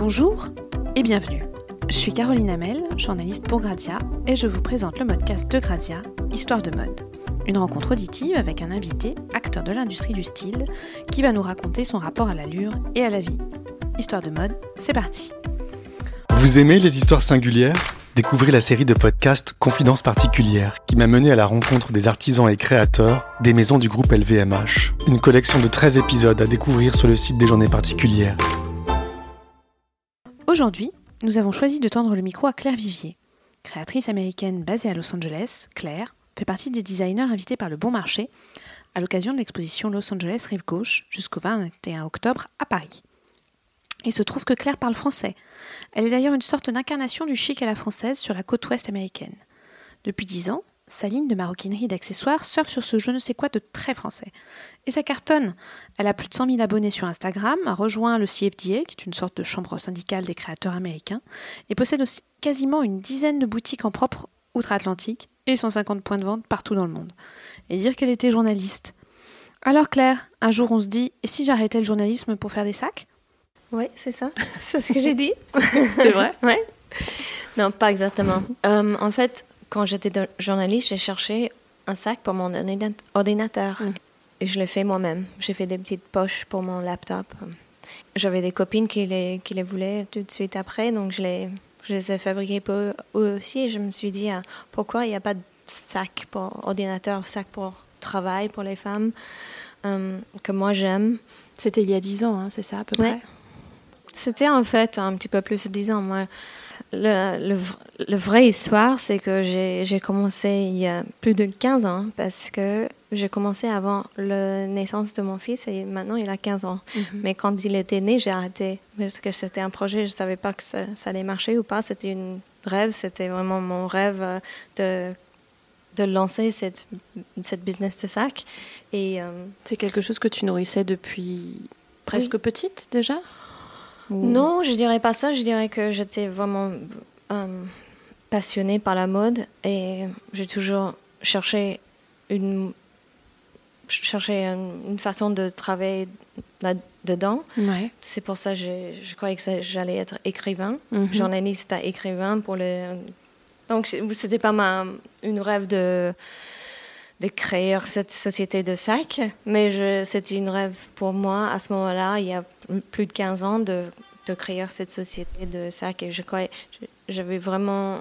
Bonjour et bienvenue. Je suis Caroline Hamel, journaliste pour Grazia, et je vous présente le podcast de Grazia, Histoire de mode. Une rencontre auditive avec un invité, acteur de l'industrie du style, qui va nous raconter son rapport à l'allure et à la vie. Histoire de mode, c'est parti. Vous aimez les histoires singulières ? Découvrez la série de podcasts Confidences particulières qui m'a mené à la rencontre des artisans et créateurs des maisons du groupe LVMH. Une collection de 13 épisodes à découvrir sur le site des Journées particulières. Aujourd'hui, nous avons choisi de tendre le micro à Claire Vivier. Créatrice américaine basée à Los Angeles, Claire fait partie des designers invités par Le Bon Marché à l'occasion de l'exposition Los Angeles Rive Gauche jusqu'au 21 octobre à Paris. Il se trouve que Claire parle français. Elle est d'ailleurs une sorte d'incarnation du chic à la française sur la côte ouest américaine. Depuis 10 ans, sa ligne de maroquinerie et d'accessoires surfe sur ce je ne sais quoi de très français. Et ça cartonne. Elle a plus de 100 000 abonnés sur Instagram, a rejoint le CFDA, qui est une sorte de chambre syndicale des créateurs américains, et possède aussi quasiment une dizaine de boutiques en propre outre-Atlantique et 150 points de vente partout dans le monde. Et dire qu'elle était journaliste. Alors Claire, un jour on se dit, et si j'arrêtais le journalisme pour faire des sacs ? Oui, c'est ça. C'est ce que j'ai dit. C'est vrai ? Oui. Non, pas exactement. En fait, quand j'étais journaliste, j'ai cherché un sac pour mon ordinateur. Et je l'ai fait moi-même. J'ai fait des petites poches pour mon laptop. J'avais des copines qui les voulaient tout de suite après, donc je les ai fabriqués pour eux aussi. Et je me suis dit, pourquoi il n'y a pas de sac pour ordinateur, sac pour travail pour les femmes, que moi j'aime. C'était il y a 10 ans, hein, c'est ça à peu près ? C'était en fait un petit peu plus de 10 ans. Moi, le vraie histoire, c'est que j'ai commencé il y a plus de 15 ans parce que j'ai commencé avant la naissance de mon fils et maintenant il a 15 ans. Mais quand il était né, j'ai arrêté parce que c'était un projet, je ne savais pas que ça allait marcher ou pas. C'était un rêve, c'était vraiment mon rêve de lancer cette business de sac. Et, c'est quelque chose que tu nourrissais depuis presque petite déjà ? Non, je dirais pas ça. Je dirais que j'étais vraiment passionnée par la mode et j'ai toujours cherché une façon de travailler là-dedans. Ouais. C'est pour ça que je croyais que j'allais être écrivain, journaliste à écrivain. Donc, c'était pas une rêve de créer cette société de sacs, mais c'était une rêve pour moi à ce moment-là, il y a plus de 15 ans, de créer cette société de sacs. Et j'avais vraiment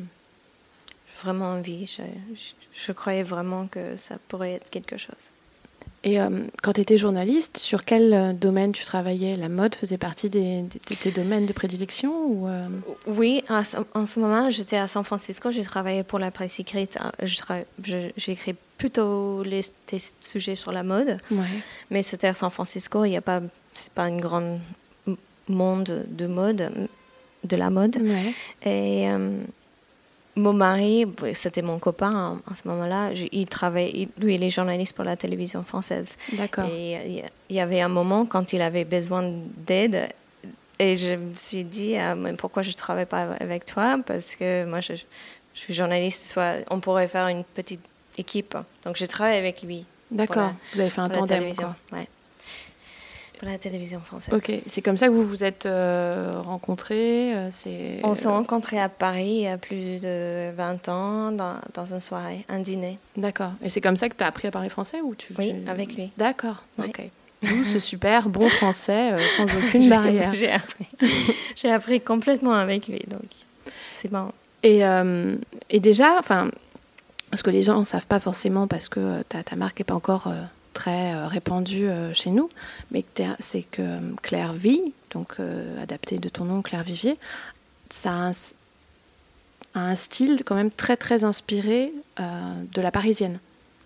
envie. Je croyais vraiment que ça pourrait être quelque chose. Et quand tu étais journaliste, sur quel domaine tu travaillais ? La mode faisait partie de tes domaines de prédilection ou Oui, en ce moment, j'étais à San Francisco. J'ai travaillé pour la presse écrite. J'écris plutôt des sujets sur la mode. Ouais. Mais c'était à San Francisco. C'est pas un grand monde de la mode. Ouais. Et mon mari, c'était mon copain à ce moment-là. Il travaillait, lui, il est journaliste pour la télévision française. D'accord. Et il y avait un moment quand il avait besoin d'aide. Et je me suis dit, mais pourquoi je ne travaille pas avec toi ? Parce que moi, je suis journaliste. On pourrait faire une petite équipe. Donc, je travaille avec lui. D'accord. Vous avez fait un tandem, quoi. Ouais. Pour la télévision française. Ok, c'est comme ça que vous vous êtes rencontrés On s'est rencontrés à Paris il y a plus de 20 ans dans une soirée, un dîner. D'accord, et c'est comme ça que tu as appris à parler français ou Oui, avec lui. D'accord, ouais. Ok. D'où ce super bon français sans aucune barrière. J'ai appris complètement avec lui, donc c'est bon. Et déjà, parce que les gens ne savent pas forcément parce que ta marque n'est pas encore... très répandu chez nous, mais c'est que Claire V, donc adapté de ton nom Claire Vivier, ça a un style quand même très très inspiré de la parisienne.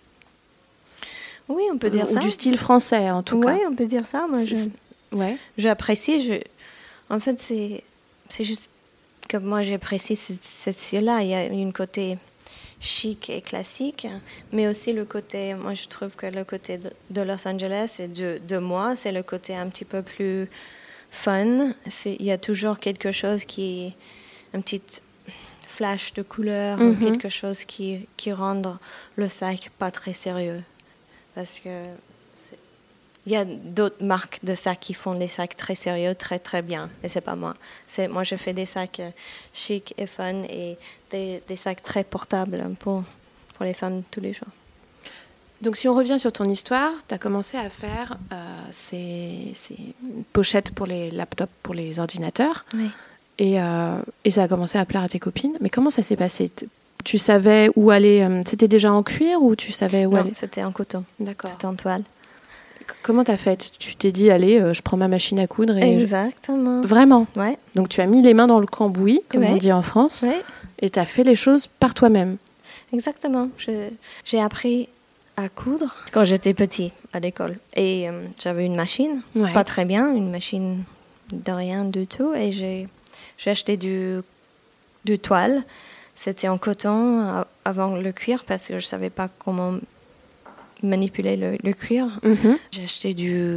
Oui, on peut dire ça. Ou du style français en tout cas. Oui, on peut dire ça. Moi, j'apprécie. En fait, c'est juste que moi j'apprécie ce style-là. Il y a une côté chic et classique, mais aussi le côté, moi je trouve que le côté de Los Angeles et de moi, c'est le côté un petit peu plus fun. Il y a toujours quelque chose un petit flash de couleur, quelque chose qui rend le sac pas très sérieux. Parce que Il y a d'autres marques de sacs qui font des sacs très sérieux, très très bien, mais c'est pas moi. Moi, je fais des sacs chic et fun et des sacs très portables pour les femmes tous les jours. Donc, si on revient sur ton histoire, tu as commencé à faire ces pochettes pour les laptops, pour les ordinateurs. Oui. Et ça a commencé à plaire à tes copines. Mais comment ça s'est passé ? Tu savais où aller C'était déjà en cuir ou tu savais où aller ? Non, c'était en coton. D'accord. C'était en toile. Comment t'as fait ? Tu t'es dit, allez, je prends ma machine à coudre et... Exactement. Vraiment ? Ouais. Donc, tu as mis les mains dans le cambouis, comme on dit en France, et tu as fait les choses par toi-même. Exactement. J'ai appris à coudre quand j'étais petite à l'école. Et j'avais une machine, pas très bien, une machine de rien du tout. Et j'ai acheté du toile. C'était en coton avant le cuir parce que je ne savais pas comment manipuler le cuir. Mm-hmm. J'ai acheté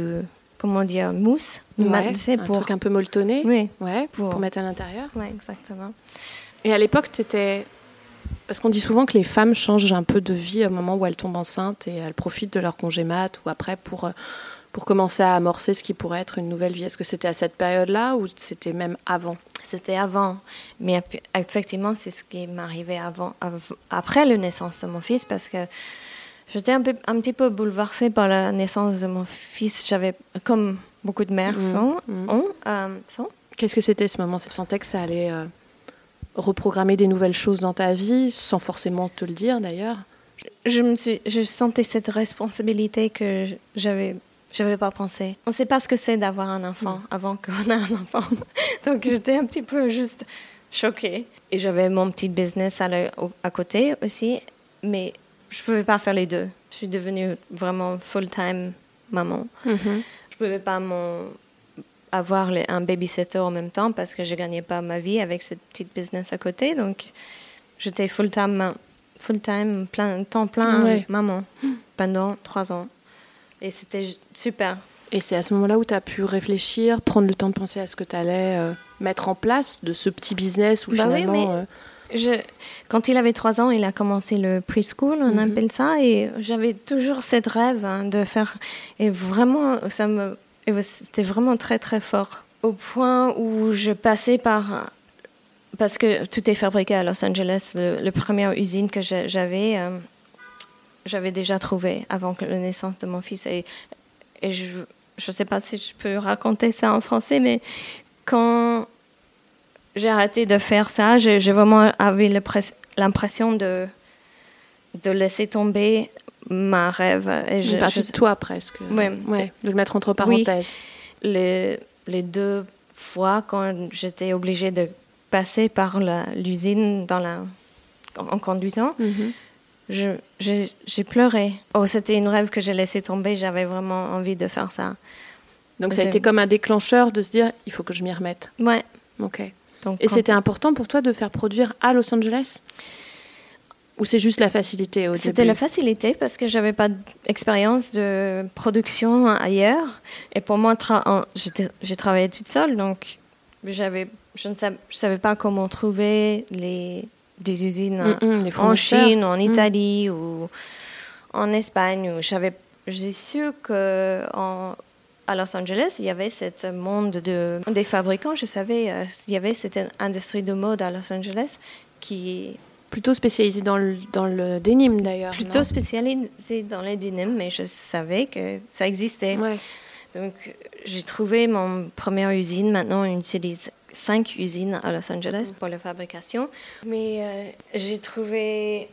mousse. Un truc un peu molletonné. Oui. Ouais, pour mettre à l'intérieur. Oui, exactement. Et à l'époque, parce qu'on dit souvent que les femmes changent un peu de vie au moment où elles tombent enceintes et elles profitent de leur congé mat ou après pour commencer à amorcer ce qui pourrait être une nouvelle vie. Est-ce que c'était à cette période-là ou c'était même avant ? C'était avant. Mais effectivement, c'est ce qui m'arrivait après la naissance de mon fils parce que j'étais un petit peu bouleversée par la naissance de mon fils. J'avais, comme beaucoup de mères sont. Qu'est-ce que c'était ce moment ? Tu sentais que ça allait reprogrammer des nouvelles choses dans ta vie, sans forcément te le dire d'ailleurs ? Je sentais cette responsabilité que j'avais pas pensé. On ne sait pas ce que c'est d'avoir un enfant avant qu'on ait un enfant. Donc j'étais un petit peu juste choquée. Et j'avais mon petit business à côté aussi, mais je ne pouvais pas faire les deux. Je suis devenue vraiment full-time maman. Mm-hmm. Je ne pouvais pas avoir un babysitter en même temps parce que je ne gagnais pas ma vie avec cette petite business à côté. Donc, j'étais full-time temps plein maman pendant 3 ans. Et c'était super. Et c'est à ce moment-là où tu as pu réfléchir, prendre le temps de penser à ce que tu allais mettre en place de ce petit business où finalement... Quand il avait 3 ans, il a commencé le preschool, on appelle ça, et j'avais toujours cette rêve de faire. Et vraiment, c'était vraiment très très fort. Au point où je passais par, parce que tout est fabriqué à Los Angeles, la première usine que j'avais déjà trouvé avant la naissance de mon fils. Et je ne sais pas si je peux raconter ça en français, mais quand j'ai arrêté de faire ça, j'ai vraiment avait l'impression de laisser tomber ma rêve. Et une partie de toi presque. Ouais, de le mettre entre parenthèses. Oui. Les 2 fois quand j'étais obligée de passer par l'usine en conduisant, j'ai pleuré. C'était une rêve que j'ai laissé tomber. J'avais vraiment envie de faire ça. Donc ça a été comme un déclencheur de se dire, il faut que je m'y remette. Ouais. Ok. Et c'était important pour toi de faire produire à Los Angeles ? Ou c'est juste la facilité au début ? C'était la facilité parce que je n'avais pas d'expérience de production ailleurs. Et pour moi, j'ai travaillé toute seule, donc je ne savais pas comment trouver des usines en Chine, en Italie ou en Espagne. J'ai su qu'à Los Angeles, il y avait ce monde des fabricants. Je savais qu'il y avait cette industrie de mode à Los Angeles qui... Plutôt spécialisée dans le denim, d'ailleurs. Plutôt spécialisée dans le denim, mais je savais que ça existait. Ouais. Donc, j'ai trouvé mon première usine. Maintenant, on utilise 5 usines à Los Angeles pour la fabrication. Mais j'ai trouvé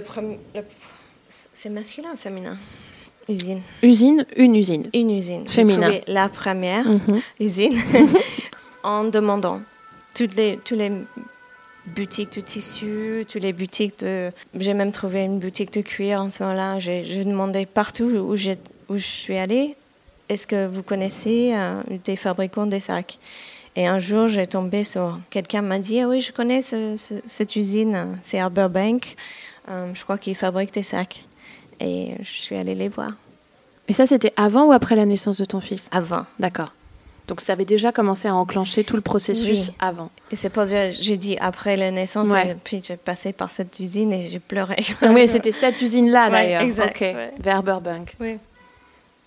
c'est masculin ou féminin ? Usine. Une usine. Une usine. Féminin. J'ai trouvé la première usine en demandant toutes les boutiques de tissu, toutes les boutiques J'ai même trouvé une boutique de cuir en ce moment-là. J'ai demandé partout où je suis allée, est-ce que vous connaissez des fabricants des sacs ? Et un jour, j'ai tombé sur... Quelqu'un m'a dit, oui, je connais cette usine, c'est à Burbank. Je crois qu'ils fabriquent des sacs. Et je suis allée les voir. Et ça, c'était avant ou après la naissance de ton fils ? Avant. D'accord. Donc, ça avait déjà commencé à enclencher tout le processus avant. Et c'est pour ça que j'ai dit après la naissance, et puis j'ai passé par cette usine et j'ai pleuré. Oui, c'était cette usine-là, d'ailleurs. Exact. Okay. Vers Burbank. Oui.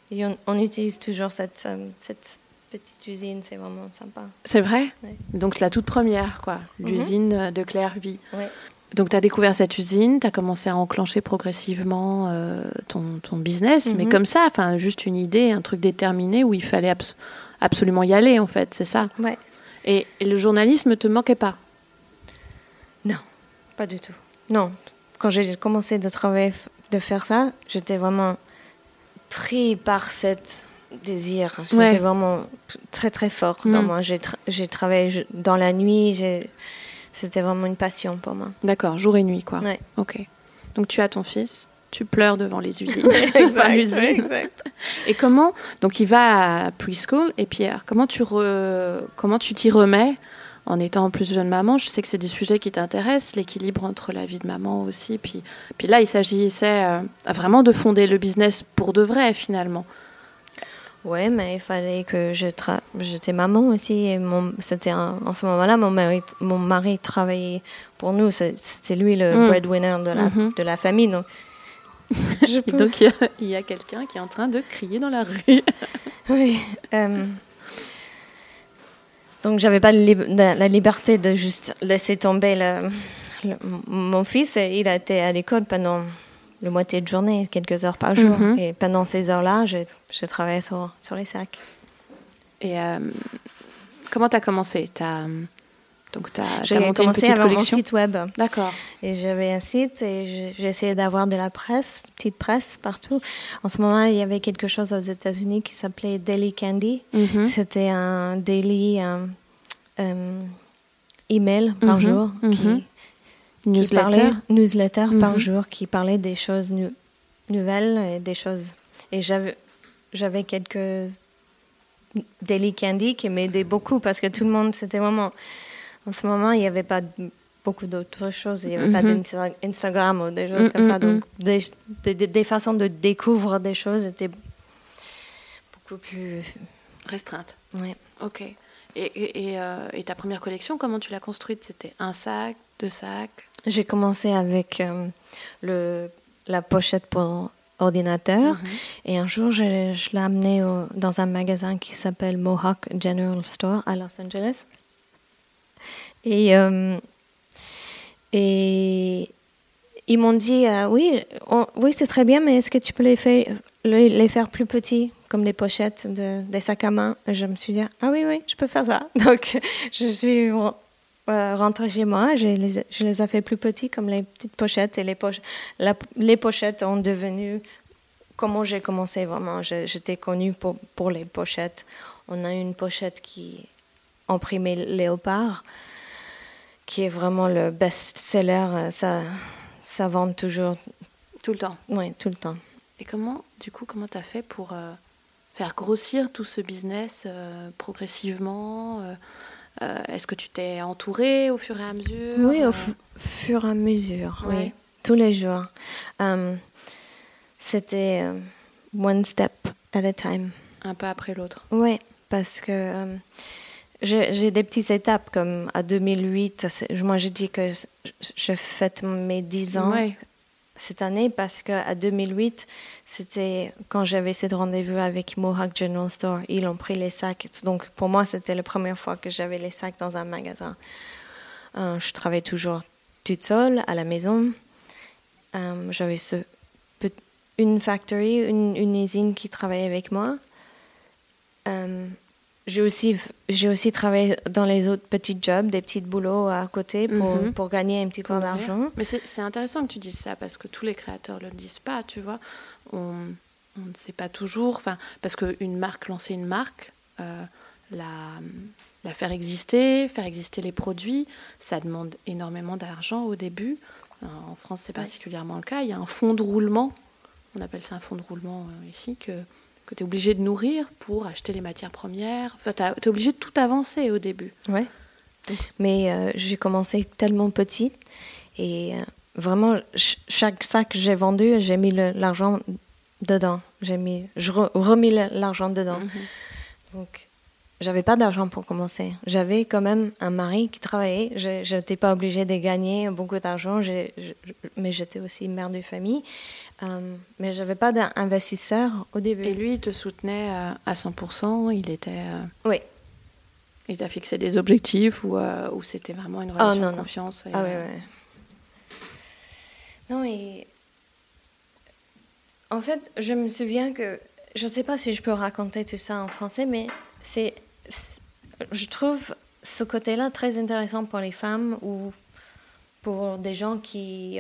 Et on utilise toujours cette petite usine, c'est vraiment sympa. C'est vrai ? Ouais. Donc la toute première, quoi, l'usine de Claire Vie. Ouais. Donc tu as découvert cette usine, tu as commencé à enclencher progressivement ton business, mais comme ça, juste une idée, un truc déterminé où il fallait absolument y aller, en fait, c'est ça ? Ouais. Et le journalisme ne te manquait pas ? Non, pas du tout. Non, quand j'ai commencé de travailler, de faire ça, j'étais vraiment pris par cette désir. C'était vraiment très très fort dans moi. J'ai travaillé dans la nuit, c'était vraiment une passion pour moi. D'accord, jour et nuit, quoi. Ouais. Ok. Donc tu as ton fils, tu pleures devant les usines. Enfin, l'usine. Exact. Et comment, donc il va à preschool, et Pierre, comment tu t'y remets en étant plus jeune maman? Je sais que c'est des sujets qui t'intéressent, l'équilibre entre la vie de maman aussi. Puis là, il s'agissait vraiment de fonder le business pour de vrai, finalement. Ouais, mais il fallait que j'étais maman aussi. Et en ce moment-là, mon mari travaillait pour nous. C'était lui le breadwinner de la famille. Donc, donc il y a quelqu'un qui est en train de crier dans la rue. Oui. Donc, j'avais pas la liberté de juste laisser tomber mon fils. Et il a été à l'école pendant la moitié de journée, quelques heures par jour. Et pendant ces heures-là, je travaillais sur les sacs. Et comment tu as commencé? J'ai commencé avec mon site web. D'accord. Et j'avais un site et j'ai essayé d'avoir de la presse, petite presse partout. En ce moment, il y avait quelque chose aux États-Unis qui s'appelait Daily Candy. C'était un daily email par jour newsletter par jour qui parlait des choses nouvelles et des choses. Et j'avais quelques Daily Candy qui m'aidaient beaucoup parce que tout le monde, c'était vraiment. En ce moment, il n'y avait pas beaucoup d'autres choses. Il n'y avait pas d'Instagram ou des choses comme ça. Donc, des façons de découvrir des choses étaient beaucoup plus restreintes. Oui. Ok. Et ta première collection, comment tu l'as construite? C'était un sac, 2 sacs? J'ai commencé avec la pochette pour ordinateur. Et un jour, je l'ai amené dans un magasin qui s'appelle Mohawk General Store à Los Angeles. Et ils m'ont dit, oui, c'est très bien, mais est-ce que tu peux les faire plus petits, comme les pochettes des sacs à main? Et je me suis dit, ah oui, je peux faire ça. Donc, je suis rentrée chez moi, je les ai fait plus petits, comme les petites pochettes. Et les pochettes ont devenu, comment j'ai commencé vraiment. J'étais connue pour les pochettes. On a une pochette qui imprimée léopard, qui est vraiment le best-seller. Ça vend toujours. Tout le temps? Oui, tout le temps. Et comment tu as fait pour faire grossir tout ce business progressivement Est-ce que tu t'es entourée au fur et à mesure? Oui, au fur et à mesure, oui. Tous les jours. C'était one step at a time. Un pas après l'autre. Oui, parce que j'ai des petites étapes, comme à 2008, moi j'ai dit que je fête mes 10 ans cette année, parce qu'à 2008, c'était quand j'avais ce rendez-vous avec Mohawk General Store. Ils ont pris les sacs. Donc pour moi, c'était la première fois que j'avais les sacs dans un magasin. Je travaillais toujours toute seule à la maison. J'avais une factory, une usine qui travaillait avec moi. J'ai aussi travaillé dans les autres petits jobs, des petits boulots à côté pour gagner un petit peu d'argent. Mais c'est intéressant que tu dises ça, parce que tous les créateurs ne le disent pas, tu vois. On ne sait pas toujours, parce qu'une marque, lancer une marque, la faire exister les produits, ça demande énormément d'argent au début. En France, c'est particulièrement le cas. Il y a un fonds de roulement, on appelle ça un fonds de roulement ici, que tu es obligé de nourrir pour acheter les matières premières. Enfin, tu es obligé de tout avancer au début. Oui, mais j'ai commencé tellement petit. Et vraiment, chaque sac que j'ai vendu, j'ai mis l'argent dedans. Je remis l'argent dedans. Donc, j'avais pas d'argent pour commencer. J'avais quand même un mari qui travaillait. Je n'étais pas obligée de gagner beaucoup d'argent. mais j'étais aussi mère de famille. Mais je n'avais pas d'investisseur au début. Et lui, il te soutenait à 100%? Il était... Oui. Il t'a fixé des objectifs ou c'était vraiment une relation de confiance? Ah oui, oui. Non, et... En fait, je me souviens que... Je ne sais pas si je peux raconter tout ça en français, mais je trouve ce côté-là très intéressant pour les femmes ou pour des gens qui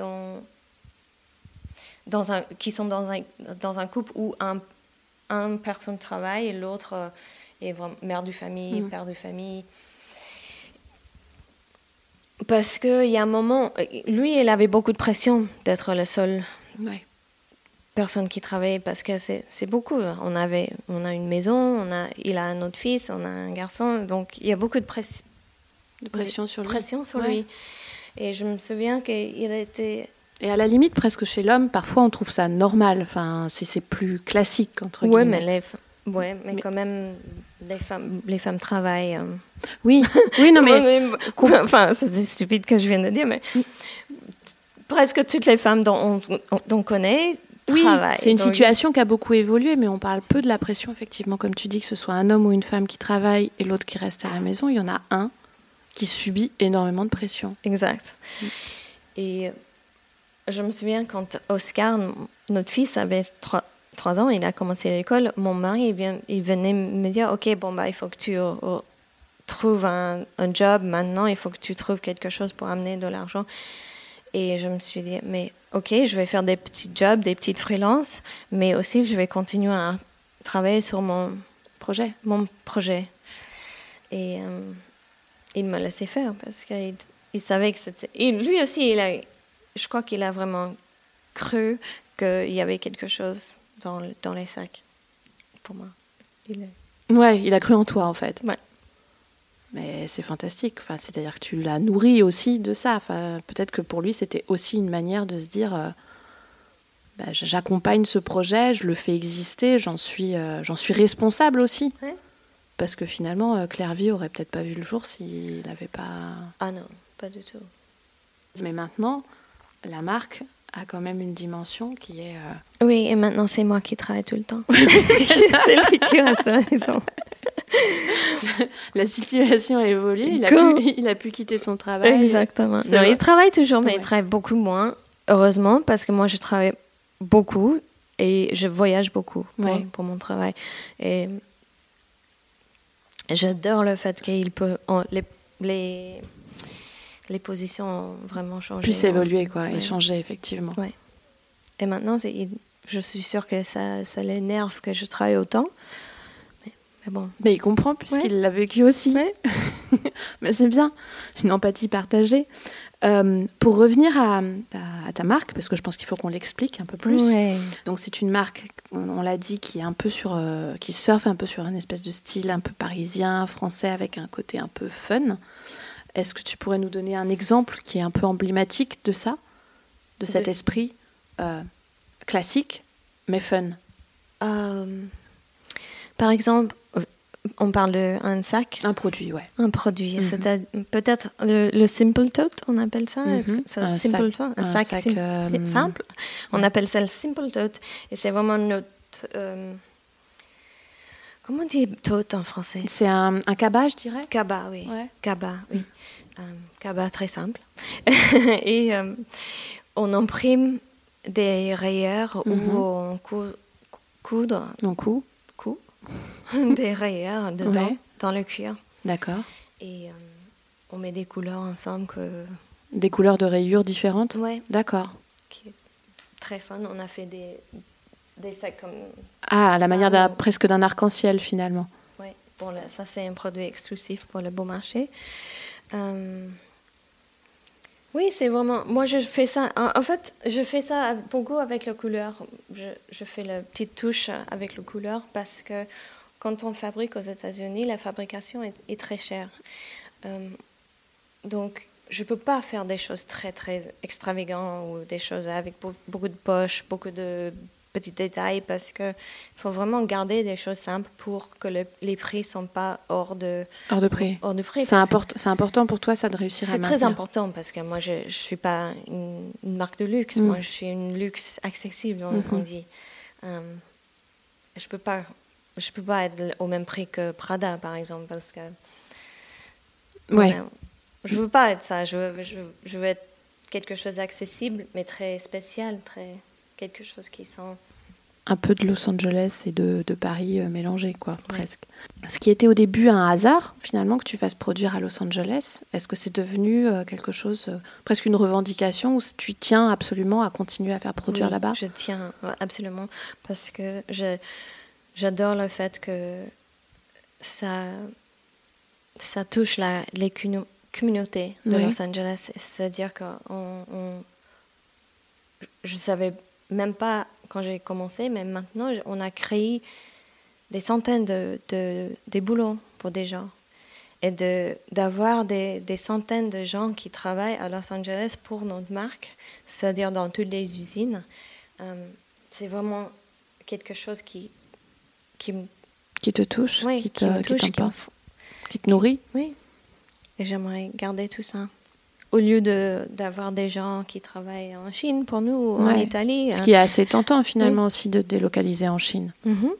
sont dans un couple où un personne travaille et l'autre est vraiment mère de famille, père de famille. Parce qu'il y a un moment... Lui, il avait beaucoup de pression d'être le seul... Ouais. Personne qui travaille parce que c'est beaucoup. On a une maison, il a un autre fils, on a un garçon, donc il y a beaucoup de pression sur lui. Et je me souviens qu'il était... Et à la limite, presque chez l'homme, parfois on trouve ça normal. Enfin, c'est plus classique, entre guillemets. Mais quand même, les femmes travaillent. Oui, non mais... Enfin, c'est stupide que je viens de dire, mais presque toutes les femmes dont on connaît... Oui, c'est une situation qui a beaucoup évolué, mais on parle peu de la pression, effectivement. Comme tu dis, que ce soit un homme ou une femme qui travaille et l'autre qui reste à la maison, il y en a un qui subit énormément de pression. Exact. Et je me souviens quand Oscar, notre fils, avait 3 ans, il a commencé l'école, mon mari, il venait me dire, OK, il faut que tu trouves un job maintenant, il faut que tu trouves quelque chose pour amener de l'argent. Et je me suis dit, mais OK, je vais faire des petits jobs, des petites freelances, mais aussi je vais continuer à travailler sur mon projet. Et il me laissait faire parce qu'il savait que c'était... Et lui aussi, je crois qu'il a vraiment cru qu'il y avait quelque chose dans les sacs pour moi. Il a cru en toi, en fait. Ouais. Mais c'est fantastique. Enfin, c'est-à-dire que tu l'as nourri aussi de ça. Enfin, peut-être que pour lui, c'était aussi une manière de se dire j'accompagne ce projet, je le fais exister, j'en suis responsable aussi. Ouais. Parce que finalement, Clairvy aurait peut-être pas vu le jour s'il n'avait pas... Ah non, pas du tout. Mais maintenant, la marque a quand même une dimension qui est... Oui, et maintenant, c'est moi qui travaille tout le temps. C'est lui qui reste à la maison. La situation a évolué, il a pu quitter son travail. Exactement. Non, il travaille toujours, mais il travaille beaucoup moins, heureusement, parce que moi, je travaille beaucoup et je voyage beaucoup pour mon travail. Et j'adore le fait qu'il peut... Les positions ont vraiment changé. Puissent évoluer, et changer, effectivement. Ouais. Et maintenant, je suis sûre que ça l'énerve que je travaille autant. Mais bon. Mais il comprend, puisqu'il l'a vécu aussi. Ouais. Mais c'est bien, une empathie partagée. Pour revenir à ta marque, parce que je pense qu'il faut qu'on l'explique un peu plus. Ouais. Donc c'est une marque, on l'a dit, qui est un peu qui surfe un peu sur une espèce de style un peu parisien, français, avec un côté un peu fun. Est-ce que tu pourrais nous donner un exemple qui est un peu emblématique de ça, de cet esprit classique, mais fun? Par exemple, on parle d'un sac. Un produit, ouais. Un produit. C'est peut-être le Simple Tote, on appelle ça. Un Simple sac, un sac simple. On appelle ça le Simple Tote. Et c'est vraiment notre... comment on dit tote en français? C'est un cabas, je dirais. Cabas, oui. Ouais. Cabas, oui. Cabas très simple. Et on imprime des rayures ou on coudre. On coud. Des rayures dedans, dans le cuir. D'accord. Et on met des couleurs ensemble. Des couleurs de rayures différentes? Oui. D'accord. Qui est très fun. On a fait des sacs comme... Ah, à la manière presque d'un arc-en-ciel, finalement. Oui. Bon, ça, c'est un produit exclusif pour le Beau Marché. Oui, c'est vraiment... Moi, je fais ça... En fait, je fais ça beaucoup avec la couleur. Je fais la petite touche avec la couleur parce que quand on fabrique aux États-Unis, la fabrication est très chère. Donc, je ne peux pas faire des choses très, très extravagantes ou des choses avec beaucoup de poches, beaucoup de petits détails parce qu'il faut vraiment garder des choses simples pour que les prix ne sont pas hors de prix. C'est important pour toi, ça, de réussir à maintenir. C'est très important parce que moi, je ne suis pas une marque de luxe. Moi, je suis une luxe accessible, on dit. Je peux pas être au même prix que Prada, par exemple, parce que je veux pas être ça. Je veux être quelque chose d'accessible, mais très spécial, quelque chose qui sent un peu de Los Angeles et de Paris mélangés, quoi, presque. Ce qui était au début un hasard, finalement, que tu fasses produire à Los Angeles, est-ce que c'est devenu quelque chose, presque une revendication, ou tu tiens absolument à continuer à faire produire là-bas ? Je tiens absolument, parce que j'adore le fait que ça touche les communautés de Los Angeles. C'est-à-dire que je ne savais même pas quand j'ai commencé, mais maintenant, on a créé des centaines de boulots pour des gens. Et d'avoir des centaines de gens qui travaillent à Los Angeles pour notre marque, c'est-à-dire dans toutes les usines, c'est vraiment quelque chose qui te touche, qui te nourrit. Oui, et j'aimerais garder tout ça. Au lieu d'avoir des gens qui travaillent en Chine pour nous, ou en Italie. Ce qui est assez tentant finalement aussi de délocaliser en Chine.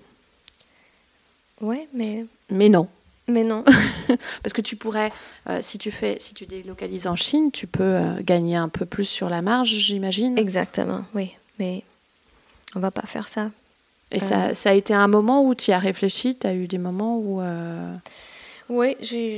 Oui, mais non. Mais non. Parce que tu pourrais, si tu délocalises en Chine, tu peux gagner un peu plus sur la marge, j'imagine. Exactement, oui. Mais on ne va pas faire ça. Et ça a été un moment où tu y as réfléchi, tu as eu des moments où... Oui,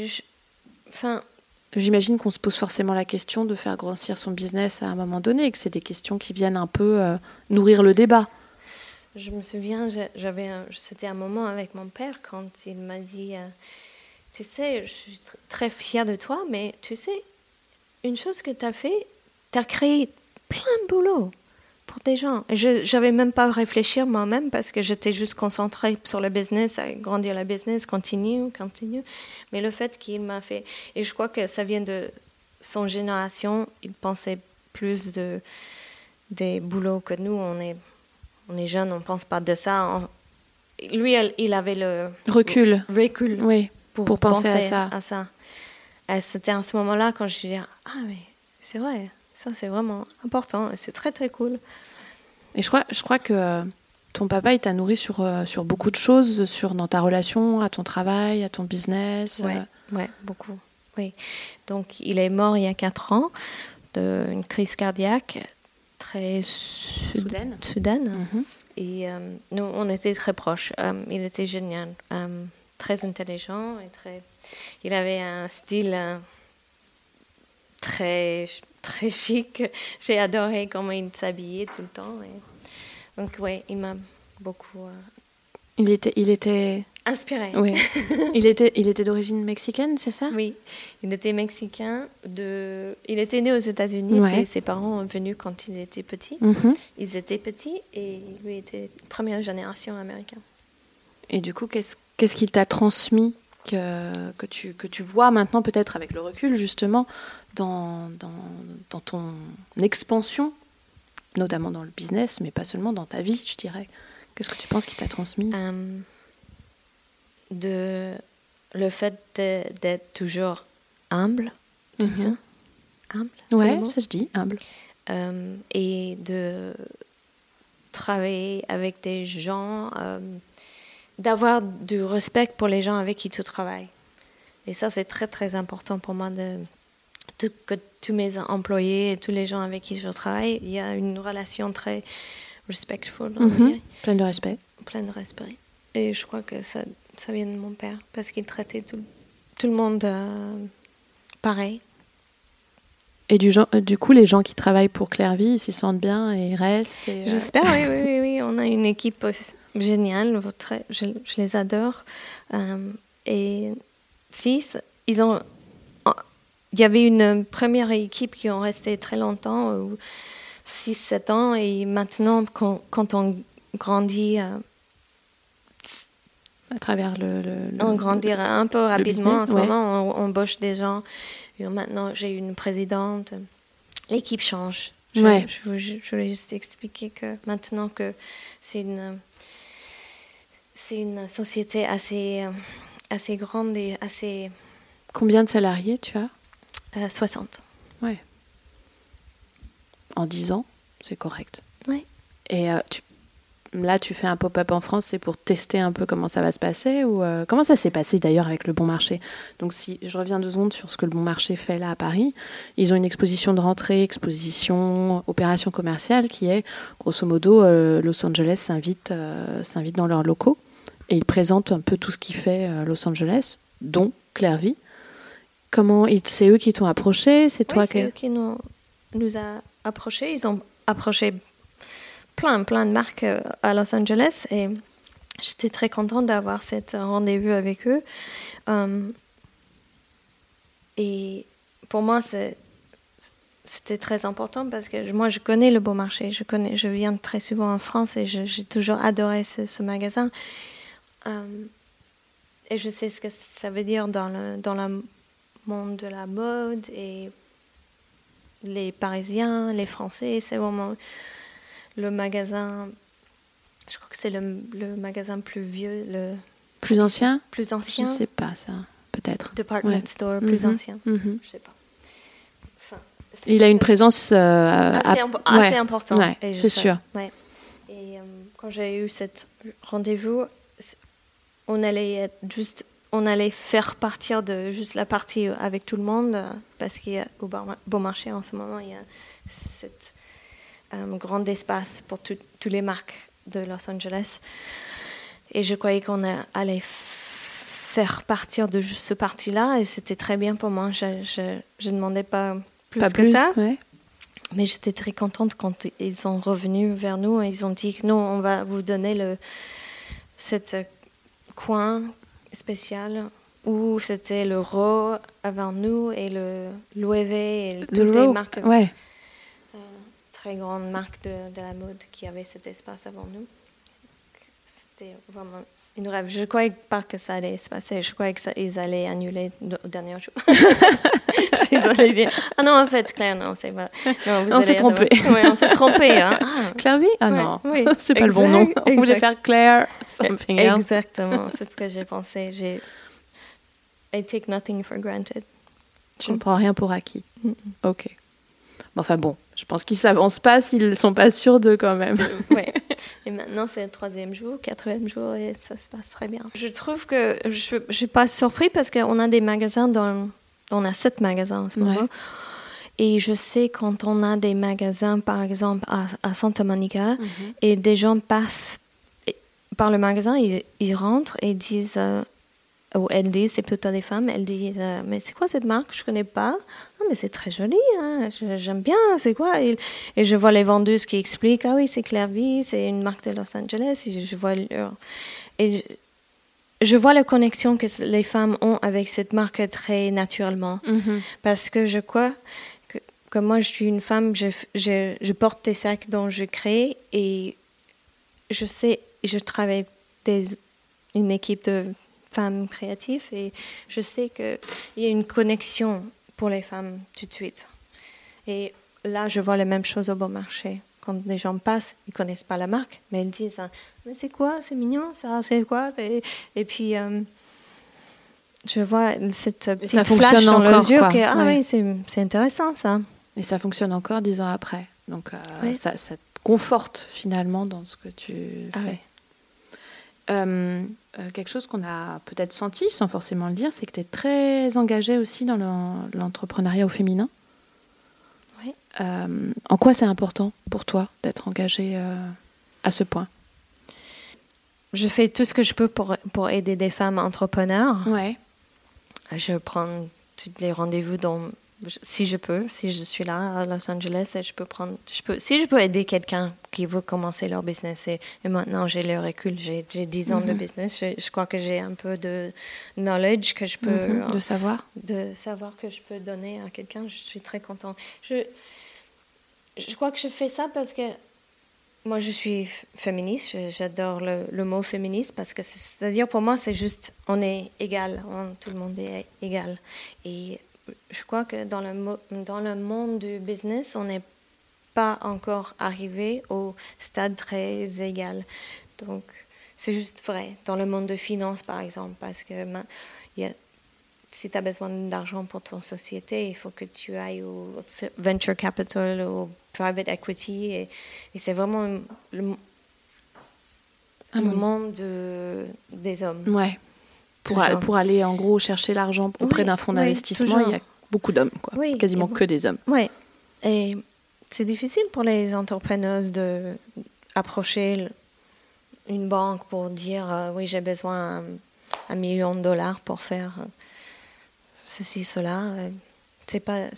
J'imagine qu'on se pose forcément la question de faire grossir son business à un moment donné, et que c'est des questions qui viennent un peu nourrir le débat. Je me souviens, c'était un moment avec mon père quand il m'a dit tu sais, je suis très fière de toi, mais tu sais, une chose que tu as fait, tu as créé plein de boulot pour des gens. Et je n'avais même pas réfléchi moi-même parce que j'étais juste concentrée sur le business, à grandir le business, continue. Mais le fait qu'il m'a fait... Et je crois que ça vient de son génération. Il pensait plus des boulots que nous. On est jeunes, on ne pense pas de ça. Lui, il avait le... Recul. Oui, pour penser à ça. Et c'était à ce moment-là quand je me suis dit, ah mais c'est vrai. Ça, c'est vraiment important et c'est très, très cool. Et je crois que ton papa, il t'a nourri sur beaucoup de choses, dans ta relation, à ton travail, à ton business. Oui, beaucoup. Oui. Donc, il est mort il y a 4 ans d'une crise cardiaque très soudaine. Et nous, on était très proches. Il était génial, très intelligent. Il avait un style très... très chic. J'ai adoré comment il s'habillait tout le temps. Et... Donc, oui, il m'a beaucoup... Il était... inspiré. Oui. Il était d'origine mexicaine, c'est ça ? Oui, il était mexicain. Il était né aux États-Unis. Ses parents sont venus quand il était petit. Ils étaient petits et lui était première génération américaine. Et du coup, qu'est-ce qu'il t'a transmis que tu vois maintenant, peut-être avec le recul, justement, dans ton expansion, notamment dans le business, mais pas seulement dans ta vie, je dirais. Qu'est-ce que tu penses qu'il t'a transmis ? Le fait d'être toujours humble, tu dis ça ? Humble ? Ouais, ça se dit, humble. Et de travailler avec des gens... d'avoir du respect pour les gens avec qui tu travailles. Et ça, c'est très, très important pour moi que tous mes employés et tous les gens avec qui je travaille, il y a une relation très respectful, on dirait. Plein de respect. Plein de respect. Et je crois que ça vient de mon père, parce qu'il traitait tout le monde pareil. Et du coup, les gens qui travaillent pour Clairvy, ils s'y sentent bien et ils restent J'espère, oui. On a une équipe géniale, je les adore. Et il y avait une première équipe qui ont resté très longtemps, 6-7 ans, et maintenant, quand on grandit... à travers on grandit un peu rapidement. Business, en ce moment, on embauche des gens. Et maintenant, j'ai une présidente. L'équipe change Je voulais juste expliquer que maintenant que c'est une société assez grande et assez... Combien de salariés tu as 60. Ouais. En 10 ans, c'est correct. Oui. Et là, tu fais un pop-up en France, c'est pour tester un peu comment ça va se passer ou comment ça s'est passé d'ailleurs avec le Bon Marché. Donc si je reviens 2 secondes sur ce que le Bon Marché fait là à Paris, ils ont une exposition de rentrée, exposition, opération commerciale qui est, grosso modo, Los Angeles s'invite dans leurs locaux et ils présentent un peu tout ce qui fait Los Angeles, dont Clairvy. C'est eux qui t'ont approché, c'est toi c'est eux qui nous a approchés. Ils ont approché plein de marques à Los Angeles et j'étais très contente d'avoir cet rendez-vous avec eux. Et pour moi, c'était très important parce que moi, je connais le Bon Marché. Je viens très souvent en France et j'ai toujours adoré ce magasin. Et je sais ce que ça veut dire dans le monde de la mode et les Parisiens, les Français, c'est vraiment le magasin, je crois que c'est le magasin plus vieux, plus ancien. Je sais pas ça, peut-être. Department store plus ancien, je sais pas. Enfin, il a une présence assez importante. Ouais, c'est sûr. Ouais. Et quand j'ai eu cet rendez-vous, on allait faire partir de juste la partie avec tout le monde parce qu'au Bon Marché en ce moment il y a cette grand espace pour toutes les marques de Los Angeles et je croyais qu'on allait faire partir de juste ce parti-là et c'était très bien pour moi. Je demandais pas plus que ça, mais j'étais très contente quand ils sont revenus vers nous et ils ont dit que non, on va vous donner cet coin spécial où c'était le Raw avant nous et le Loewe et toutes les marques, très grandes marques de la mode qui avaient cet espace avant nous. C'était vraiment une rêve. Je ne croyais pas que ça allait se passer. Je croyais qu'ils allaient annuler au dernier jour. Ils allaient dire non, en fait, Claire, non, c'est pas. Non, on s'est trompé. Oui, on s'est trompé. Hein. Clairvy ? Non, c'est pas le bon nom. On voulait faire Claire something else. Exactement, c'est ce que j'ai pensé. I take nothing for granted. Tu ne prends rien pour acquis. Ok. Enfin bon, je pense qu'ils s'avancent pas s'ils ne sont pas sûrs d'eux quand même. Oui. Et maintenant, c'est le 3e jour, 4e jour et ça se passe très bien. Je trouve que je ne suis pas surpris parce qu'on a des magasins on a 7 magasins en ce moment. Et je sais quand on a des magasins, par exemple, à Santa Monica, et des gens passent par le magasin, ils rentrent et disent... ou elles disent, c'est plutôt des femmes, elles disent mais c'est quoi cette marque? Je ne connais pas. Ah, mais c'est très joli, hein? J'aime bien, c'est quoi? Et je vois les vendeuses qui expliquent, ah oui, c'est Clairvy, c'est une marque de Los Angeles. Et je vois la connexion que les femmes ont avec cette marque très naturellement. Parce que je crois que comme moi, je suis une femme, je porte des sacs dont je crée et je sais, je travaille avec une équipe de femmes créatives et je sais qu'il y a une connexion pour les femmes tout de suite. Et là, je vois la même chose au Bon Marché. Quand les gens passent, ils ne connaissent pas la marque, mais ils disent « Mais c'est quoi? C'est mignon, ça, c'est quoi ?» Et puis, je vois cette petite flash dans leurs yeux que « oui, c'est intéressant, ça. » Et ça fonctionne encore 10 ans après. Donc, ça te conforte finalement dans ce que tu fais. Quelque chose qu'on a peut-être senti, sans forcément le dire, c'est que tu es très engagée aussi dans l'entrepreneuriat au féminin. Oui. En quoi c'est important pour toi d'être engagée à ce point? Je fais tout ce que je peux pour aider des femmes entrepreneurs. Ouais. Je prends tous les rendez-vous si je suis là à Los Angeles, si je peux aider quelqu'un qui veut commencer leur business et maintenant j'ai le recul, j'ai 10 ans de business, je crois que j'ai un peu de knowledge que je peux de savoir que je peux donner à quelqu'un. Je suis très contente. Je crois que je fais ça parce que moi je suis féministe, j'adore le mot féministe parce que c'est-à-dire pour moi c'est juste on est égal, tout le monde est égal et je crois que dans le monde du business, on n'est pas encore arrivé au stade très égal. Donc, c'est juste vrai dans le monde de finance, par exemple, parce que si tu as besoin d'argent pour ton société, il faut que tu ailles au venture capital, au private equity, et c'est vraiment le monde des hommes. Ouais. Pour aller, en gros, chercher l'argent auprès d'un fonds d'investissement, toujours. Il y a beaucoup d'hommes, quoi. Quasiment que des hommes. Oui, et c'est difficile pour les entrepreneurs d'approcher une banque pour dire oui, j'ai besoin $1 million pour faire ceci, cela. C'est pas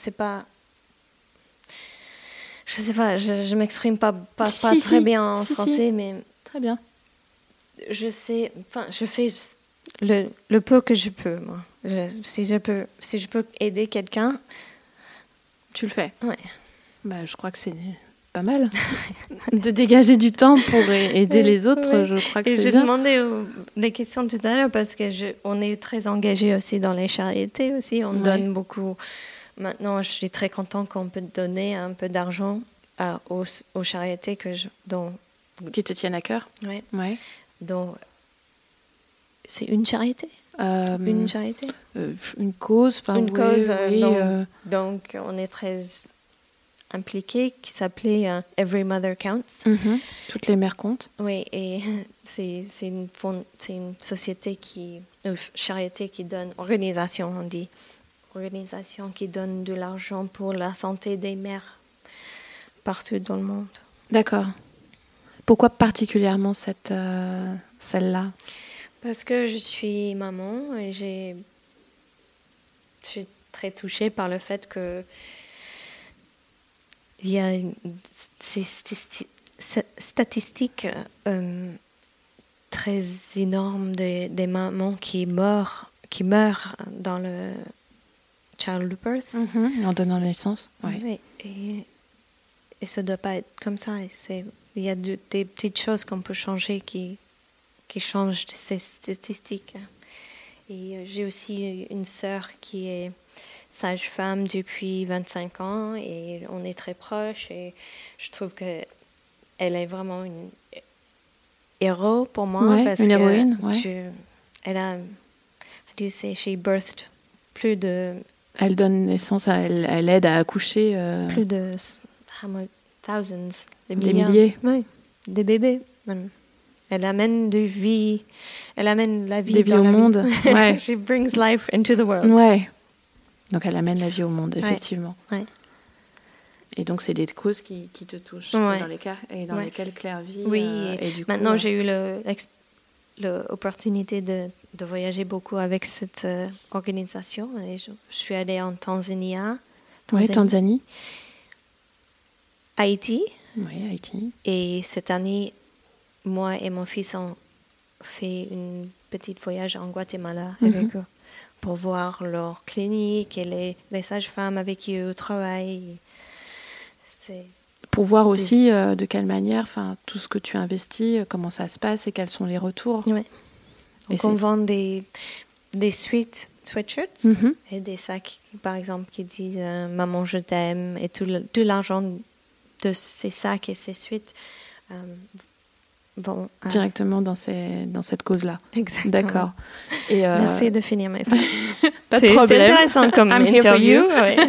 je sais pas, je m'exprime pas très bien en français, mais très bien. Je sais, je fais le peu que je peux, moi. Si je peux aider quelqu'un, tu le fais. Ouais. Bah, je crois que c'est pas mal de dégager du temps pour aider les autres. Je crois que c'est bien. J'ai demandé des questions tout à l'heure parce que on est très engagés aussi dans les charités aussi. On donne beaucoup. Maintenant, je suis très contente qu'on peut donner un peu d'argent aux charités qui te tiennent à cœur. Oui. Ouais. Donc, c'est une charité. Une charité. Une cause. Une cause. Donc, on est très impliqués, qui s'appelait Every Mother Counts. Mm-hmm. Toutes les mères comptent. Oui, et c'est une société charité qui donne, organisation on dit, organisation qui donne de l'argent pour la santé des mères partout dans le monde. D'accord. Pourquoi particulièrement celle-là ? Parce que je suis maman et je suis très touchée par le fait que il y a ces statistiques très énormes des mamans qui meurent dans le childbirth. Mm-hmm. En donnant naissance. Oui. Et ça ne doit pas être comme ça. Il y a des petites choses qu'on peut changer qui changent ces statistiques. Et j'ai aussi une sœur qui est sage-femme depuis 25 ans et on est très proches et je trouve qu'elle est vraiment une héros pour moi parce une que héroïne, elle a, she birthed plus de... Elle donne naissance, elle aide à accoucher... Plus de thousands, des milliers. Oui, des bébés. Elle amène la vie au monde. Ouais. She brings life into the world. Ouais. Donc elle amène la vie au monde, effectivement. Ouais. Et donc c'est des causes qui te touchent dans lesquelles Claire vit. Oui, et du maintenant coup, j'ai eu l'opportunité de voyager beaucoup avec cette organisation. Et je suis allée en Tanzanie. Tanzanie. Haïti. Oui, Haïti. Et cette année, moi et mon fils ont fait un petit voyage en Guatemala avec eux pour voir leur clinique et les sages-femmes avec qui eux travaillent. Pour voir aussi de quelle manière, tout ce que tu investis, comment ça se passe et quels sont les retours. Oui. Donc on vend des sweatshirts et des sacs, par exemple, qui disent « Maman, je t'aime » et tout l'argent de ces sacs et ces suites vont... Directement dans cette cause-là. Exactement. D'accord. Et merci de finir mes phrases. Pas de problème. C'est intéressant comme interview.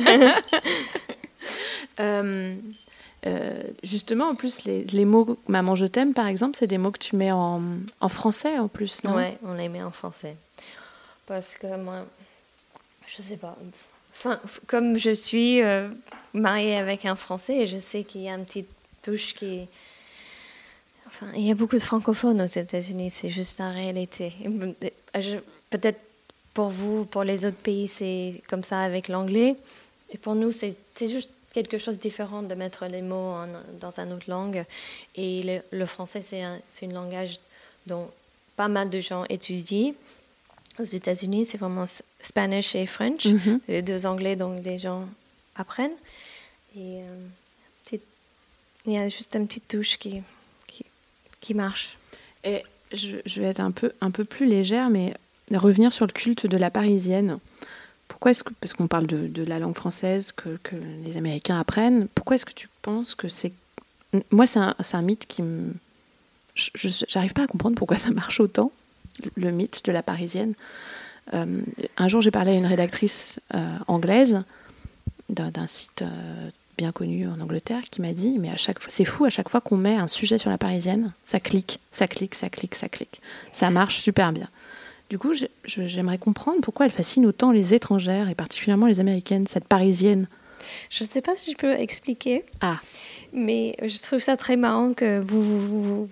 Justement, en plus, les mots « Maman, je t'aime », par exemple, c'est des mots que tu mets en français, en plus, non ? Oui, on les met en français. Parce que moi, je sais pas... comme je suis mariée avec un Français, je sais qu'il y a une petite touche qui... il y a beaucoup de francophones aux États-Unis, c'est juste la réalité. Peut-être pour vous, pour les autres pays, c'est comme ça avec l'anglais. Et pour nous, c'est juste quelque chose de différent de mettre les mots dans une autre langue. Et le français, c'est un langage dont pas mal de gens étudient. Aux États-Unis, c'est vraiment Spanish et French, les deux anglais, donc les gens apprennent. Et il y a juste une petite touche qui marche. Et je vais être un peu plus légère, mais revenir sur le culte de la Parisienne. pourquoi est-ce que, parce qu'on parle de la langue française que les Américains apprennent, pourquoi est-ce que tu penses que c'est... Moi, c'est un mythe qui me... J'arrive pas à comprendre pourquoi ça marche autant, le mythe de la Parisienne. Un jour, j'ai parlé à une rédactrice anglaise d'un site bien connu en Angleterre qui m'a dit, mais c'est fou, à chaque fois qu'on met un sujet sur la Parisienne, ça clique. Ça marche super bien. Du coup, j'aimerais comprendre pourquoi elle fascine autant les étrangères, et particulièrement les Américaines, cette Parisienne. Je ne sais pas si je peux expliquer, Ah. mais je trouve ça très marrant que vous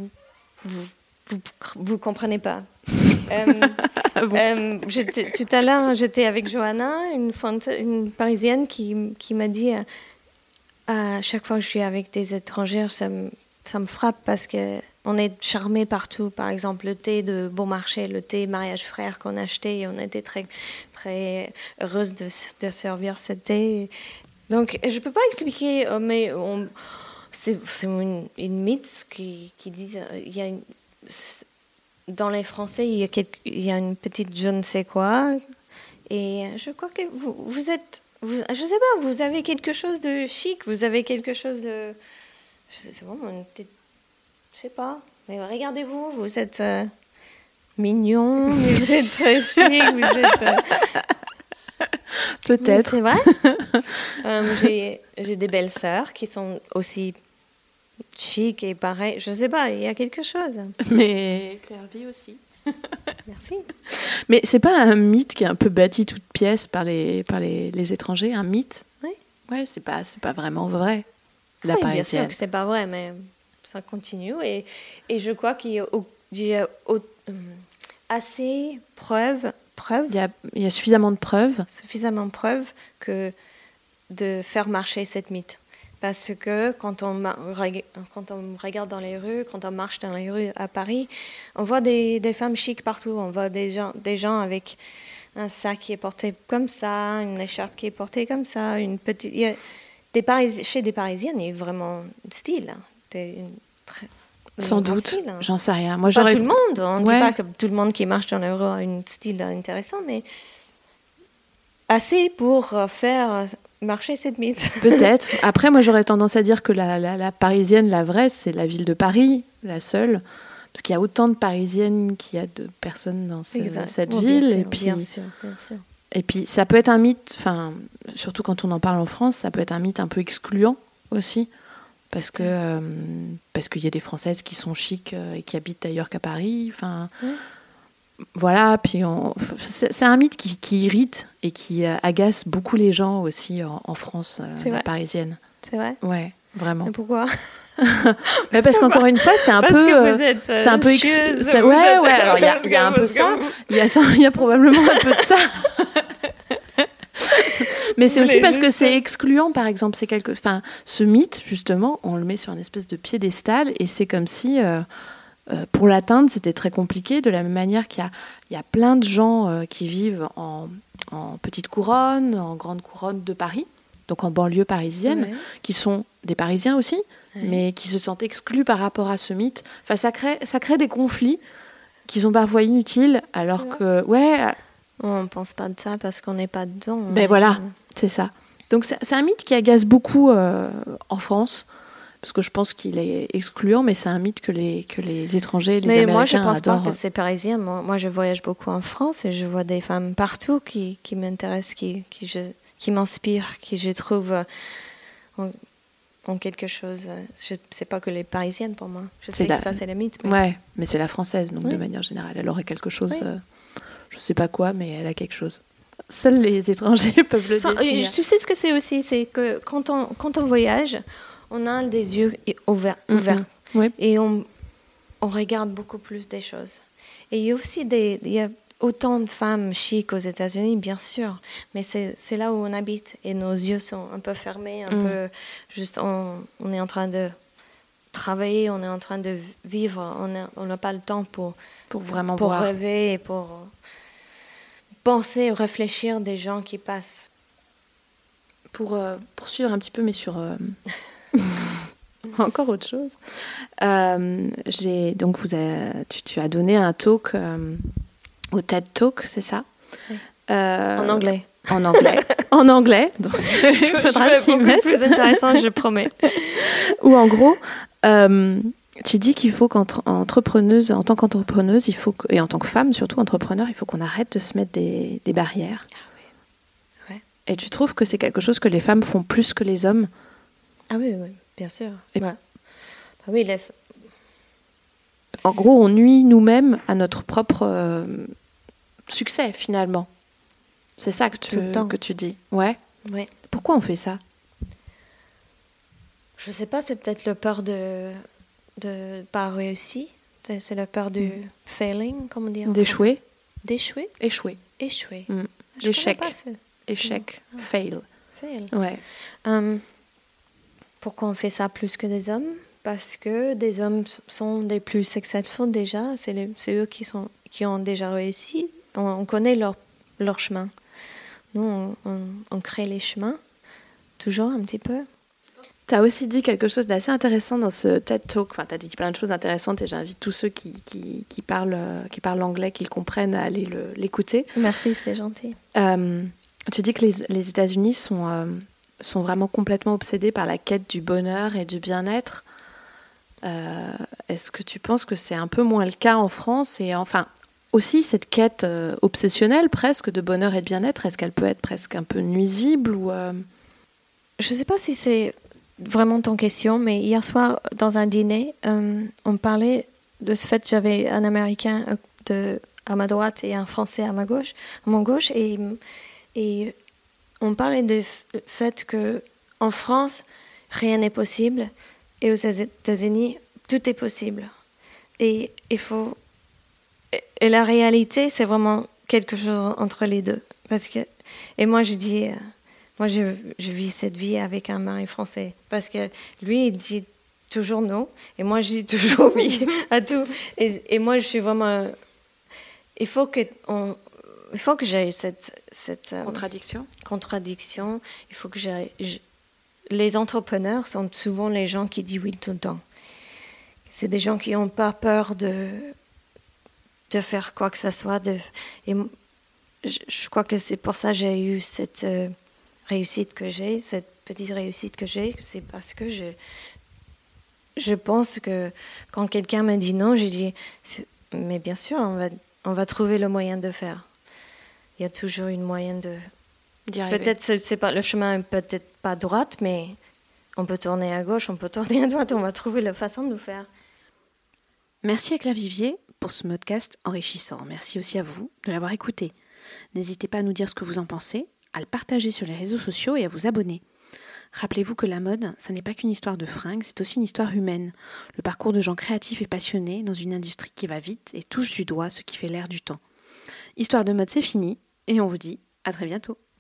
comprenez pas. Bon. Tout à l'heure, j'étais avec Johanna, une Parisienne qui m'a dit à chaque fois que je suis avec des étrangères, ça me frappe parce qu'on est charmé partout. Par exemple, le thé de Bon Marché, le thé Mariage Frère qu'on a acheté, et on était très, très heureuse de servir ce thé. Donc, je ne peux pas expliquer, mais c'est une mythe qui dit il y a dans les Français, il y a une petite je ne sais quoi. Et je crois que vous êtes... je ne sais pas, vous avez quelque chose de chic, vous avez quelque chose de... C'est vraiment une petite... Je ne sais pas. Mais regardez-vous, vous êtes mignon, vous êtes très chic, vous êtes... Peut-être. C'est vrai. J'ai des belles sœurs qui sont aussi chic et pareil. Je ne sais pas, il y a quelque chose. Mais Claire vit aussi. Merci. Mais c'est pas un mythe qui est un peu bâti toute pièce par les étrangers, un mythe? Oui. Ouais, c'est pas vraiment vrai. La oui, Parisienne. bien sûr que c'est pas vrai, mais ça continue. Et je crois qu'il y a assez preuves. Il y a suffisamment de preuves. Suffisamment de preuves que de faire marcher cette mythe. Parce que quand on regarde dans les rues, quand on marche dans les rues à Paris, on voit des femmes chics partout. On voit des gens avec un sac qui est porté comme ça, une écharpe qui est portée comme ça, une petite... Chez des Parisiennes, il y a vraiment style. Sans doute, style. J'en sais rien. Moi, pas tout le monde. On ne dit Ouais. pas que tout le monde qui marche dans les rues a un style intéressant, mais assez pour faire... marcher cette mythe. Peut-être. Après, moi, j'aurais tendance à dire que la Parisienne, la vraie, c'est la ville de Paris, la seule. Parce qu'il y a autant de Parisiennes qu'il y a de personnes dans cette ville. Bien sûr, et puis, bien sûr. Et puis, ça peut être un mythe, surtout quand on en parle en France, ça peut être un mythe un peu excluant aussi. Parce qu'il y a des Françaises qui sont chics et qui habitent ailleurs qu'à Paris. Voilà, puis c'est un mythe qui irrite et qui agace beaucoup les gens aussi en France, la Parisienne. C'est vrai. Ouais, vraiment. Mais pourquoi? Mais parce qu'encore une fois, c'est un parce peu... que vous êtes c'est un peu chieuse. Ouais, alors il y a un peu ça. Il y a probablement un peu de ça. Mais c'est aussi parce que c'est excluant, par exemple. Ce mythe, justement, on le met sur une espèce de piédestal et c'est comme si... pour l'atteindre, c'était très compliqué, de la même manière qu'il y a plein de gens qui vivent en petite couronne, en grande couronne de Paris, donc en banlieue parisienne, qui sont des Parisiens aussi, mais qui se sentent exclus par rapport à ce mythe. Enfin, ça crée des conflits qui sont parfois inutiles, alors que... On ne pense pas de ça parce qu'on n'est pas dedans. Ben voilà, c'est ça. Donc c'est un mythe qui agace beaucoup en France, parce que je pense qu'il est excluant, mais c'est un mythe que les étrangers, les Américains adorent. Mais moi, je ne pense pas que c'est parisien. Moi, je voyage beaucoup en France et je vois des femmes partout qui m'intéressent, qui m'inspirent, qui je trouve ont quelque chose. Ce n'est pas que les parisiennes pour moi. Je sais que ça, c'est le mythe. Mais... Ouais, mais c'est la française, donc de manière générale. Elle aurait quelque chose, je ne sais pas quoi, mais elle a quelque chose. Seuls les étrangers peuvent le définir. Tu sais ce que c'est aussi, c'est que quand on voyage, on a des yeux ouverts. Oui. Et on regarde beaucoup plus des choses. Et il y a aussi il y a autant de femmes chics aux États-Unis, bien sûr, mais c'est là où on habite et nos yeux sont un peu fermés, un peu juste, on est en train de travailler, on est en train de vivre, on n'a pas le temps pour vraiment pour voir. Rêver et pour penser, réfléchir des gens qui passent. Pour poursuivre un petit peu, mais sur encore autre chose. Donc tu as donné un talk au TED Talk, c'est ça? Oui. En anglais. en anglais. Donc, il faudra s'y mettre. Plus intéressant, je promets. Ou en gros, tu dis qu'il faut en tant qu'entrepreneuse, et en tant que femme, surtout entrepreneur, il faut qu'on arrête de se mettre des barrières. Ah oui. Ouais. Et tu trouves que c'est quelque chose que les femmes font plus que les hommes? Ah oui, bien sûr. Ouais. Ah oui, En gros, on nuit nous-mêmes à notre propre succès, finalement. C'est ça que tu dis. Ouais. Pourquoi on fait ça? Je sais pas, c'est peut-être la peur de pas réussir. C'est la peur du failing, comment dire? D'échouer. Échouer. L'échec. Échec. Fail. Ouais. Pourquoi on fait ça plus que des hommes? Parce que des hommes sont des plus successful déjà. C'est eux qui ont déjà réussi. On connaît leur chemin. Nous, on crée les chemins, toujours un petit peu. Tu as aussi dit quelque chose d'assez intéressant dans ce TED Talk. Enfin, tu as dit plein de choses intéressantes et j'invite tous ceux qui parlent anglais, qui le comprennent, à aller l'écouter. Merci, c'est gentil. Tu dis que les États-Unis sont vraiment complètement obsédés par la quête du bonheur et du bien-être. Est-ce que tu penses que c'est un peu moins le cas en France? Et enfin, aussi, cette quête obsessionnelle presque de bonheur et de bien-être, est-ce qu'elle peut être presque un peu nuisible ou Je ne sais pas si c'est vraiment ton question, mais hier soir, dans un dîner, on parlait de ce fait que j'avais un Américain à ma droite et un Français à mon gauche, et on parlait du fait qu'en France, rien n'est possible, et aux États-Unis, tout est possible. Et et la réalité, c'est vraiment quelque chose entre les deux. Et moi, je dis... Moi, je vis cette vie avec un mari français. Parce que lui, il dit toujours non. Et moi, je dis toujours oui à tout. Et moi, je suis vraiment... Il faut que j'aille cette contradiction. Il faut que j'aille... Les entrepreneurs sont souvent les gens qui disent oui tout le temps. C'est des gens qui n'ont pas peur de faire quoi que ce soit. Et je crois que c'est pour ça que j'ai eu cette... réussite que j'ai, cette petite réussite que j'ai, c'est parce que je pense que quand quelqu'un me dit non, j'ai dit mais bien sûr, on va trouver le moyen de faire. Il y a toujours une moyen d'y arriver. Peut-être c'est pas le chemin, peut-être pas droite, mais on peut tourner à gauche, on peut tourner à droite, on va trouver la façon de faire. Merci à Claire Vivier pour ce podcast enrichissant. Merci aussi à vous de l'avoir écouté. N'hésitez pas à nous dire ce que vous en pensez, à le partager sur les réseaux sociaux et à vous abonner. Rappelez-vous que la mode, ça n'est pas qu'une histoire de fringues, c'est aussi une histoire humaine. Le parcours de gens créatifs et passionnés dans une industrie qui va vite et touche du doigt ce qui fait l'air du temps. Histoire de mode, c'est fini et on vous dit à très bientôt.